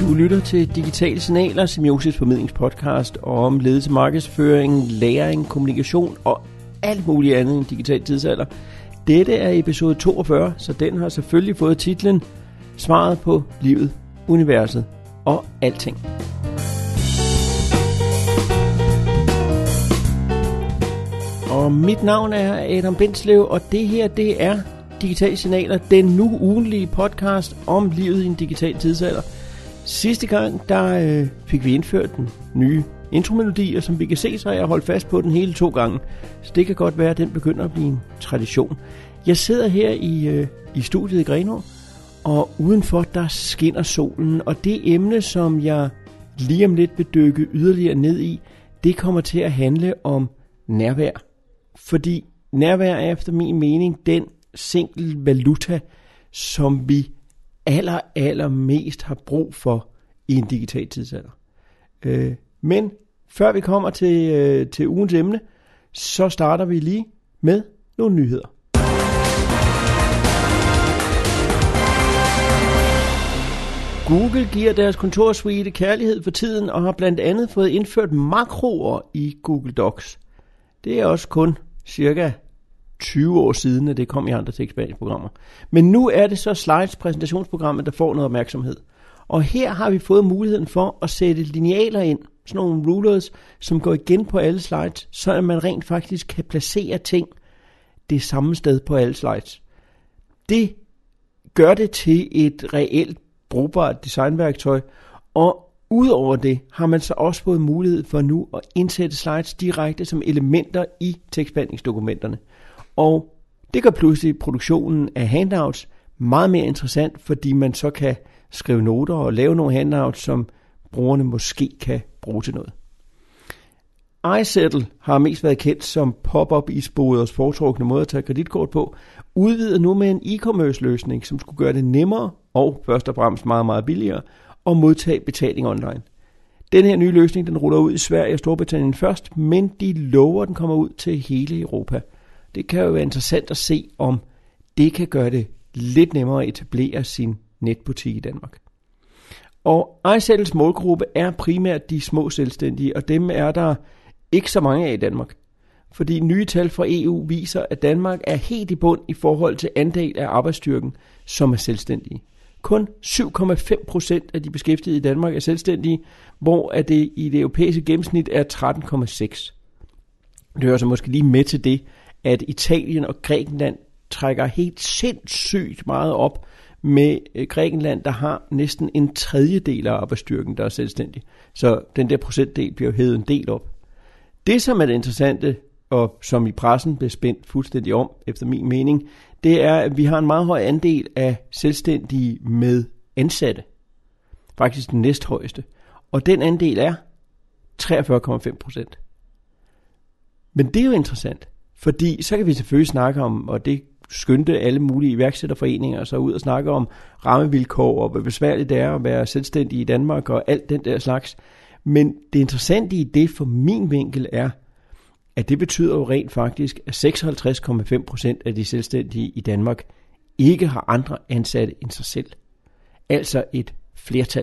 Du lytter til Digitale Signaler, Semiosisk formidlingspodcast om ledelse, markedsføring, læring, kommunikation og alt muligt andet i en digital tidsalder. Dette er episode 42, så den har selvfølgelig fået titlen Svaret på livet, universet og alting. Og mit navn er Adam Bindslev, og det her, det er Digitale Signaler, den nu ugentlige podcast om livet i en digital tidsalder. Sidste gang, der fik vi indført den nye intromelodi, og som vi kan se, så har jeg holdt fast på den hele 2 gange. Så det kan godt være, at den begynder at blive en tradition. Jeg sidder her i studiet i Grenaa, og udenfor der skinner solen, og det emne, som jeg lige om lidt vil dykke yderligere ned i, det kommer til at handle om nærvær. Fordi nærvær er efter min mening den single valuta, som vi allermest har brug for i en digital tidsalder. Men før vi kommer til ugens emne, så starter vi lige med nogle nyheder. Google giver deres kontorsuite kærlighed for tiden og har blandt andet fået indført makroer i Google Docs. Det er også kun cirka 20 år siden, at det kom i andre tekstbehandlingsprogrammer. Men nu er det så Slides præsentationsprogrammet, der får noget opmærksomhed. Og her har vi fået muligheden for at sætte linealer ind, sådan nogle rulers, som går igen på alle slides, så at man rent faktisk kan placere ting det samme sted på alle slides. Det gør det til et reelt brugbart designværktøj, og udover det har man så også fået mulighed for nu at indsætte slides direkte som elementer i tekstbehandlingsdokumenterne. Og det gør pludselig produktionen af handouts meget mere interessant, fordi man så kan skrive noter og lave nogle handouts, som brugerne måske kan bruge til noget. iSettle har mest været kendt som pop-up i sporet foretrukne måde at tage kreditkort på, udvider nu med en e-commerce løsning, som skulle gøre det nemmere og først og fremmest meget, meget billigere at modtage betaling online. Den her nye løsning, den ruller ud i Sverige og Storbritannien først, men de lover, at den kommer ud til hele Europa. Det kan jo være interessant at se, om det kan gøre det lidt nemmere at etablere sin netbutik i Danmark. Og iSettles målgruppe er primært de små selvstændige, og dem er der ikke så mange af i Danmark. Fordi nye tal fra EU viser, at Danmark er helt i bund i forhold til andel af arbejdsstyrken, som er selvstændige. Kun 7,5% af de beskæftigede i Danmark er selvstændige, hvor det i det europæiske gennemsnit er 13,6%. Det hører så måske lige med til det, at Italien og Grækenland trækker helt sindssygt meget op med Grækenland, der har næsten en tredjedel af arbejdsstyrken, der er selvstændig. Så den der procentdel bliver hævet en del op. Det, som er det interessante, og som i pressen bliver spændt fuldstændig om, efter min mening, det er, at vi har en meget høj andel af selvstændige med ansatte. Faktisk den næsthøjeste. Og den andel er 43,5%. Men det er jo interessant, fordi så kan vi selvfølgelig snakke om, og det skyndte alle mulige iværksætterforeninger så ud og snakke om rammevilkår, og hvor besværligt det er at være selvstændig i Danmark, og alt den der slags. Men det interessante i det for min vinkel er, at det betyder jo rent faktisk, at 56,5% af de selvstændige i Danmark ikke har andre ansatte end sig selv. Altså et flertal.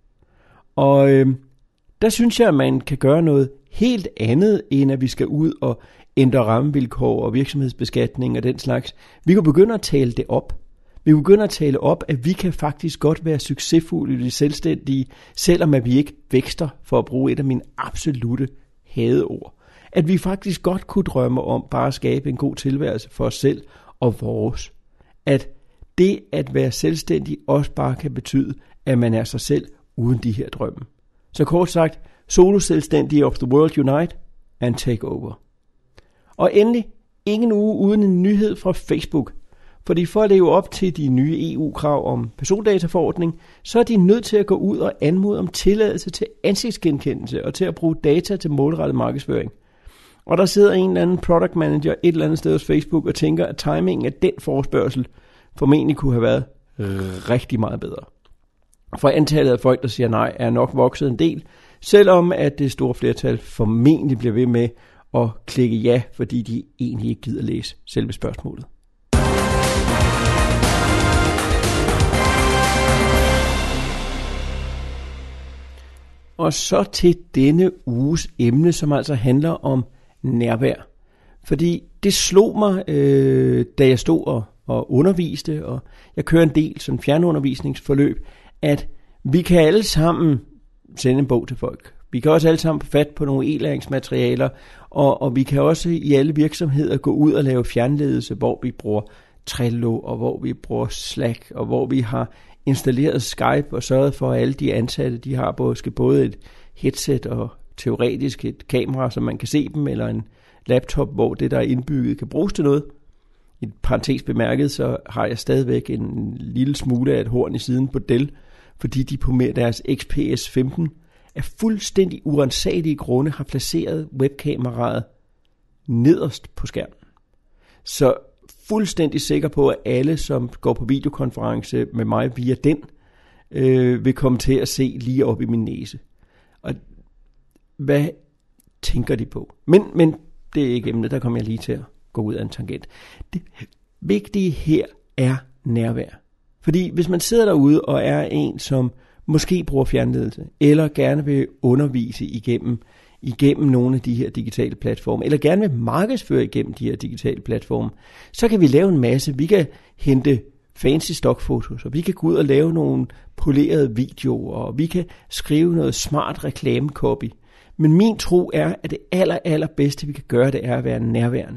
Og der synes jeg, at man kan gøre noget helt andet, end at vi skal ud og ændre rammevilkår og virksomhedsbeskatning og den slags. Vi kan begynde at tale det op. Vi kan begynde at tale op, at vi kan faktisk godt være succesfulde i de selvstændige, selvom at vi ikke vækster, for at bruge et af mine absolutte hadeord. At vi faktisk godt kunne drømme om bare at skabe en god tilværelse for os selv og vores. At det at være selvstændig også bare kan betyde, at man er sig selv uden de her drømme. Så kort sagt, solo selvstændige of the world unite and take over. Og endelig, ingen uge uden en nyhed fra Facebook. Fordi for at leve op til de nye EU-krav om persondataforordning, så er de nødt til at gå ud og anmode om tilladelse til ansigtsgenkendelse og til at bruge data til målrettet markedsføring. Og der sidder en eller anden product manager et eller andet sted hos Facebook og tænker, at timingen af den forespørgsel formentlig kunne have været rigtig meget bedre. For antallet af folk, der siger nej, er nok vokset en del, selvom at det store flertal formentlig bliver ved med at klikke ja, fordi de egentlig ikke gider læse selve spørgsmålet. Og så til denne uges emne, som altså handler om nærvær. Fordi det slog mig, da jeg stod og underviste, og jeg kører en del sådan fjernundervisningsforløb, at vi kan alle sammen sende en bog til folk. Vi kan også alle sammen få fat på nogle e-læringsmaterialer, og vi kan også i alle virksomheder gå ud og lave fjernledelse, hvor vi bruger Trello, og hvor vi bruger Slack, og hvor vi har installeret Skype og sørget for, at alle de ansatte, de har både et headset og teoretisk et kamera, så man kan se dem, eller en laptop, hvor det, der er indbygget, kan bruges til noget. I parentes bemærket, så har jeg stadigvæk en lille smule af et horn i siden på Dell, fordi de på deres XPS 15 af fuldstændig uransagelige grunde har placeret webkameraet nederst på skærmen. Så fuldstændig sikker på, at alle, som går på videokonference med mig via den, vil komme til at se lige op i min næse. Og hvad tænker de på? Men det er ikke emnet, der kommer jeg lige til at gå ud af en tangent. Det vigtige her er nærvær. Fordi hvis man sidder derude og er en, som måske bruger fjernledelse, eller gerne vil undervise igennem nogle af de her digitale platforme, eller gerne vil markedsføre igennem de her digitale platforme, så kan vi lave en masse. Vi kan hente fancy stockfotos, og vi kan gå ud og lave nogle polerede videoer, og vi kan skrive noget smart reklamecopy. Men min tro er, at det allerbedste, vi kan gøre, det er at være nærværende.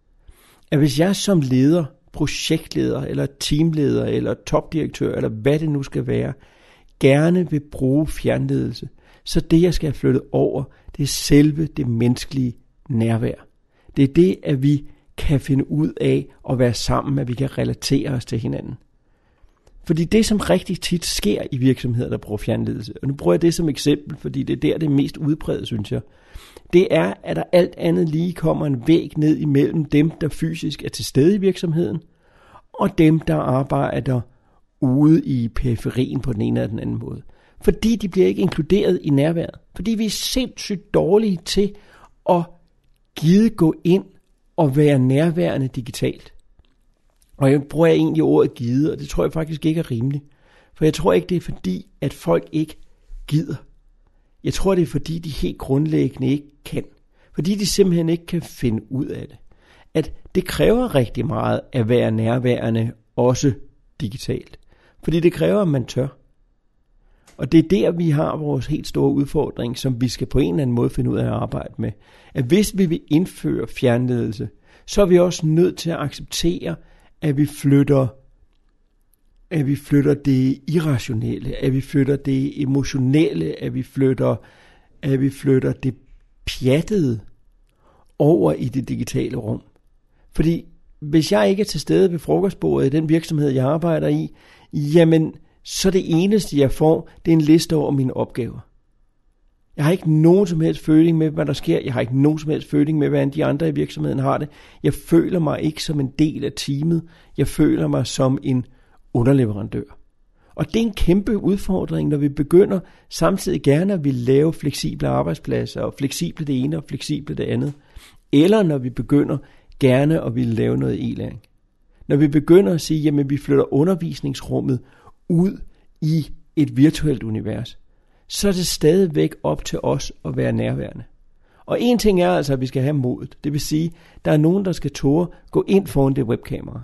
At hvis jeg som leder, projektleder, eller teamleder, eller topdirektør, eller hvad det nu skal være, gerne vil bruge fjernledelse, så det, jeg skal have flyttet over, det er selve det menneskelige nærvær. Det er det, at vi kan finde ud af at være sammen, at vi kan relatere os til hinanden. Fordi det, som rigtig tit sker i virksomheder, der bruger fjernledelse, og nu bruger jeg det som eksempel, fordi det er der, det er mest udbredt, synes jeg, det er, at der alt andet lige kommer en væg ned imellem dem, der fysisk er til stede i virksomheden, og dem, der arbejder ude i periferien på den ene eller den anden måde. Fordi de bliver ikke inkluderet i nærværet. Fordi vi er sindssygt dårlige til at gå ind og være nærværende digitalt. Og jeg bruger egentlig ordet gide, og det tror jeg faktisk ikke er rimeligt. For jeg tror ikke, det er fordi, at folk ikke gider. Jeg tror, det er fordi, de helt grundlæggende ikke kan. Fordi de simpelthen ikke kan finde ud af det. At det kræver rigtig meget at være nærværende, også digitalt. Fordi det kræver, at man tør. Og det er der, vi har vores helt store udfordring, som vi skal på en eller anden måde finde ud af at arbejde med. At hvis vi vil indføre fjernledelse, så er vi også nødt til at acceptere, at vi flytter det irrationelle, at vi flytter det emotionelle, at vi flytter det pjattede over i det digitale rum. Fordi hvis jeg ikke er til stede ved frokostbordet i den virksomhed, jeg arbejder i, jamen så det eneste, jeg får, det er en liste over mine opgaver. Jeg har ikke nogen som helst føling med, hvad der sker. Jeg har ikke nogen som helst føling med, hvordan de andre i virksomheden har det. Jeg føler mig ikke som en del af teamet. Jeg føler mig som en underleverandør. Og det er en kæmpe udfordring, når vi begynder samtidig gerne at ville lave fleksible arbejdspladser, og fleksible det ene og fleksible det andet. Eller når vi begynder gerne at ville lave noget e-læring. Når vi begynder at sige, jamen vi flytter undervisningsrummet ud i et virtuelt univers, så er det stadigvæk op til os at være nærværende. Og en ting er altså, at vi skal have modet. Det vil sige, der er nogen, der skal tåre gå ind foran det webkamera.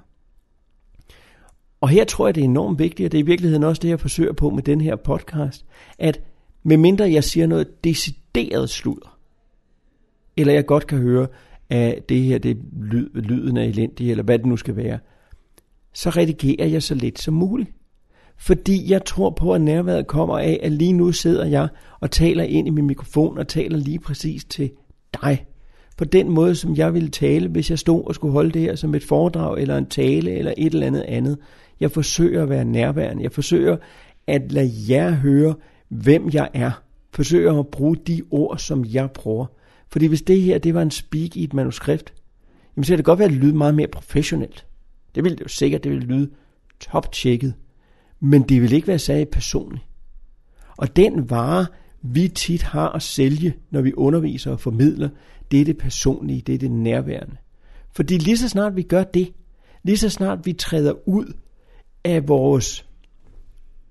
Og her tror jeg, det er enormt vigtigt, og det er i virkeligheden også det, jeg forsøger på med den her podcast, at medmindre jeg siger noget decideret sludder, eller jeg godt kan høre, at det her det lyden er elendig, eller hvad det nu skal være, så redigerer jeg så lidt som muligt. Fordi jeg tror på, at nærværet kommer af, at lige nu sidder jeg og taler ind i min mikrofon og taler lige præcis til dig. På den måde, som jeg ville tale, hvis jeg stod og skulle holde det her som et foredrag eller en tale eller et eller andet. Jeg forsøger at være nærværende. Jeg forsøger at lade jer høre, hvem jeg er. Forsøger at bruge de ord, som jeg bruger. Fordi hvis det her, det var en speak i et manuskript, jamen så kan det godt være, at det lyder meget mere professionelt. Det ville det jo sikkert, det ville lyde top-tjekket. Men det vil ikke være særlig personligt. Og den vare, vi tit har at sælge, når vi underviser og formidler, det er det personlige, det er det nærværende. Fordi lige så snart vi gør det, lige så snart vi træder ud af vores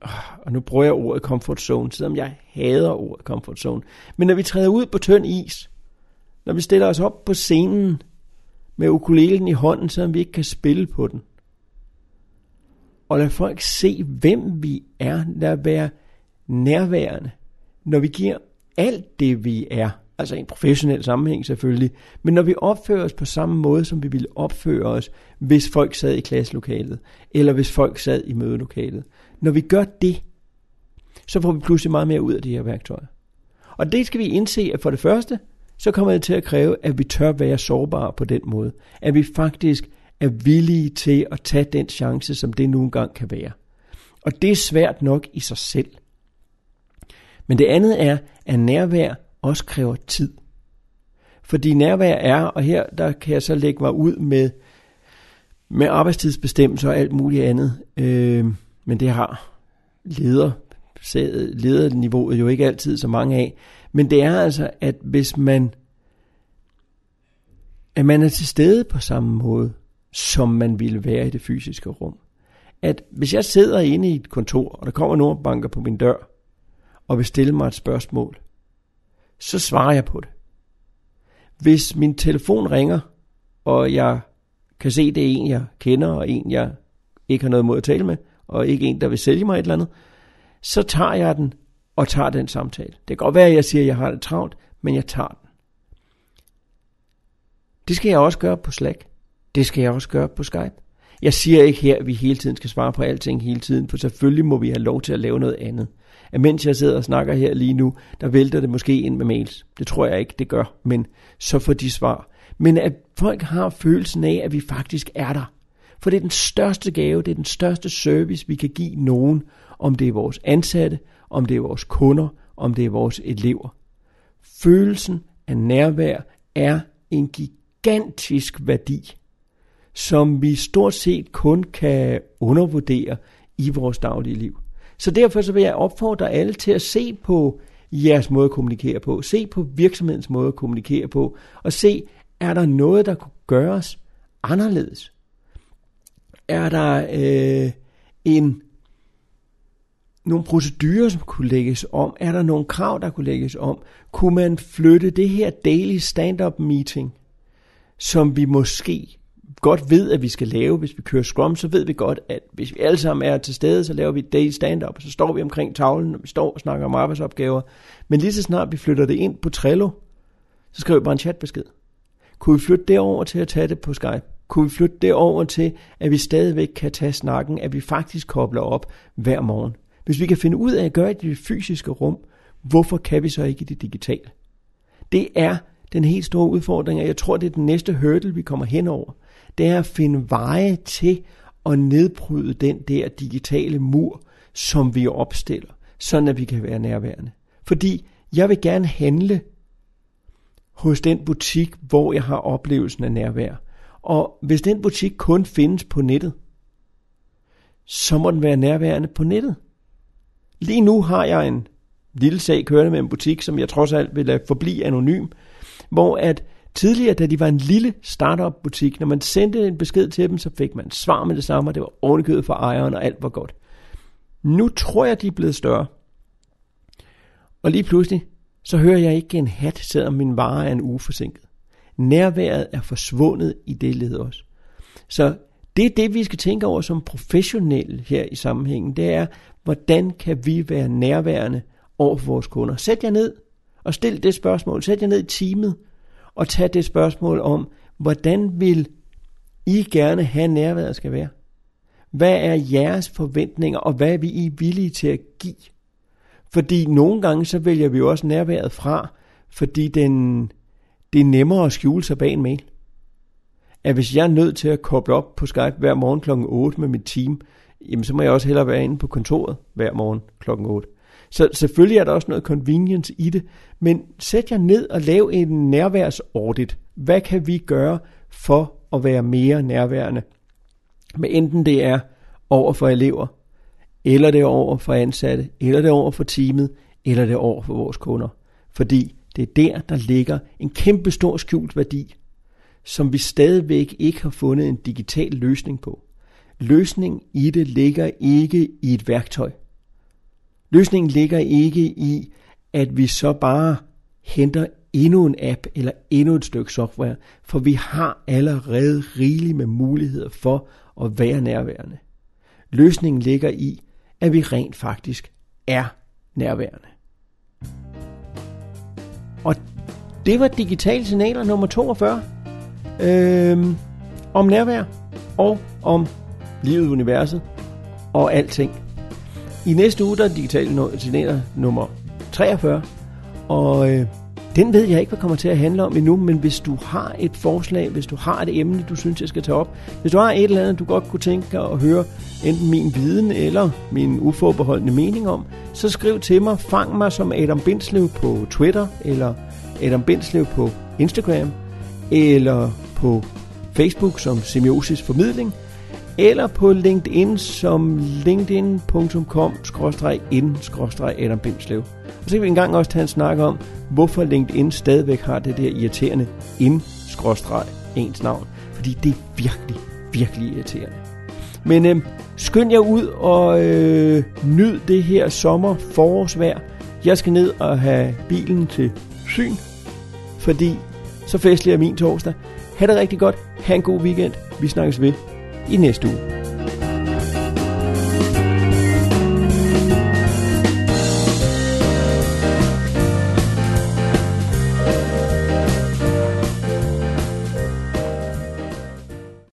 og nu bruger jeg ordet comfort zone, selvom jeg hader ordet comfort zone, men når vi træder ud på tynd is, når vi stiller os op på scenen med ukulelen i hånden, så vi ikke kan spille på den, og lad folk se, hvem vi er, lad være nærværende, når vi giver alt det, vi er, altså i en professionel sammenhæng selvfølgelig, men når vi opfører os på samme måde, som vi ville opføre os, hvis folk sad i klasselokalet, eller hvis folk sad i mødelokalet. Når vi gør det, så får vi pludselig meget mere ud af de her værktøjer. Og det skal vi indse, at for det første, så kommer det til at kræve, at vi tør være sårbare på den måde. At vi faktisk er villige til at tage den chance, som det nogle gange kan være. Og det er svært nok i sig selv. Men det andet er, at nærvær også kræver tid. Fordi nærvær er, og her der kan jeg så lægge mig ud med arbejdstidsbestemmelser og alt muligt andet. Men det har lederniveauet jo ikke altid så mange af. Men det er altså, at hvis man er til stede på samme måde, som man ville være i det fysiske rum. At hvis jeg sidder inde i et kontor, og der kommer nogen og banker på min dør, og vil stille mig et spørgsmål, så svarer jeg på det. Hvis min telefon ringer, og jeg kan se, det er en, jeg kender, og en, jeg ikke har noget mod at tale med, og ikke en, der vil sælge mig et eller andet, så tager jeg den, og tager den samtale. Det kan godt være, at jeg siger, at jeg har det travlt, men jeg tager den. Det skal jeg også gøre på Slack. Det skal jeg også gøre på Skype. Jeg siger ikke her, at vi hele tiden skal svare på alting hele tiden, for selvfølgelig må vi have lov til at lave noget andet. At mens jeg sidder og snakker her lige nu, der vælter det måske ind med mails. Det tror jeg ikke, det gør, men så får de svar. Men at folk har følelsen af, at vi faktisk er der. For det er den største gave, det er den største service, vi kan give nogen, om det er vores ansatte, om det er vores kunder, om det er vores elever. Følelsen af nærvær er en gigantisk værdi, som vi stort set kun kan undervurdere i vores daglige liv. Så derfor så vil jeg opfordre alle til at se på jeres måde at kommunikere på, se på virksomhedens måde at kommunikere på, og se, er der noget, der kunne gøres anderledes? Er der nogle procedurer, som kunne lægges om? Er der nogle krav, der kunne lægges om? Kunne man flytte det her daily stand-up meeting, som vi måske godt ved, at vi skal lave, hvis vi kører Scrum, så ved vi godt, at hvis vi alle sammen er til stede, så laver vi daily stand-up, og så står vi omkring tavlen, og vi står og snakker om arbejdsopgaver. Men lige så snart vi flytter det ind på Trello, så skriver vi bare en chatbesked. Kunne vi flytte det over til at tage det på Skype? Kunne vi flytte det over til, at vi stadigvæk kan tage snakken, at vi faktisk kobler op hver morgen? Hvis vi kan finde ud af at gøre det i det fysiske rum, hvorfor kan vi så ikke i det digitale? Det er den helt store udfordring, og jeg tror, det er den næste hurdle, vi kommer hen over. Det er at finde veje til at nedbryde den der digitale mur, som vi opstiller, sådan at vi kan være nærværende. Fordi jeg vil gerne handle hos den butik, hvor jeg har oplevelsen af nærvær. Og hvis den butik kun findes på nettet, så må den være nærværende på nettet. Lige nu har jeg en lille sag kørende med en butik, som jeg trods alt vil lade forblive anonym, hvor at tidligere, da de var en lille startup butik, når man sendte en besked til dem, så fik man svar med det samme, og det var ovenikøbet for ejeren, og alt var godt. Nu tror jeg, de er blevet større. Og lige pludselig, så hører jeg ikke en hat, selvom min vare er en uge forsinket. Nærværet er forsvundet i det led også. Så det er det, vi skal tænke over som professionelle her i sammenhængen. Det er, hvordan kan vi være nærværende over for vores kunder? Sæt jer ned og stil det spørgsmål. Sæt jer ned i teamet og tag det spørgsmål om, hvordan vil I gerne have nærværet skal være? Hvad er jeres forventninger, og hvad er vi I villige til at give? Fordi nogle gange så vælger vi jo også nærværet fra, fordi det er nemmere at skjule sig bag en mail. At hvis jeg er nødt til at koble op på Skype hver morgen kl. 8 med mit team, jamen så må jeg også hellere være inde på kontoret hver morgen kl. 8. Så selvfølgelig er der også noget convenience i det, men sæt jer ned og lav en nærværsaudit. Hvad kan vi gøre for at være mere nærværende? Men enten det er over for elever, eller det er over for ansatte, eller det er over for teamet, eller det er over for vores kunder. Fordi det er der ligger en kæmpe stor skjult værdi, som vi stadigvæk ikke har fundet en digital løsning på. Løsningen i det ligger ikke i et værktøj. Løsningen ligger ikke i, at vi så bare henter endnu en app eller endnu et stykke software, for vi har allerede rigeligt med muligheder for at være nærværende. Løsningen ligger i, at vi rent faktisk er nærværende. Og det var Digitale Signaler nummer 42. Om nærvær og om livet, universet og alting. I næste uge der er Digitale Signaler nummer 43, og den ved jeg ikke, hvad kommer til at handle om endnu, men hvis du har et forslag, hvis du har et emne, du synes, jeg skal tage op, hvis du har et eller andet, du godt kunne tænke dig at høre enten min viden eller min uforbeholdne mening om, så skriv til mig. Fang mig som Adam Bindslev på Twitter, eller Adam Bindslev på Instagram, eller på Facebook som Semiosis Formidling, eller på LinkedIn som linkedin.com/in/Adam Bindslev. Og så kan vi engang også tage en snak om, hvorfor LinkedIn stadigvæk har det der irriterende in/ens navn. Fordi det er virkelig, virkelig irriterende. Men skynd jer ud og nyd det her sommer-forårsvejr. Jeg skal ned og have bilen til syn, fordi så festlig er min torsdag. Ha' det rigtig godt. Ha' en god weekend. Vi snakkes ved i næste uge.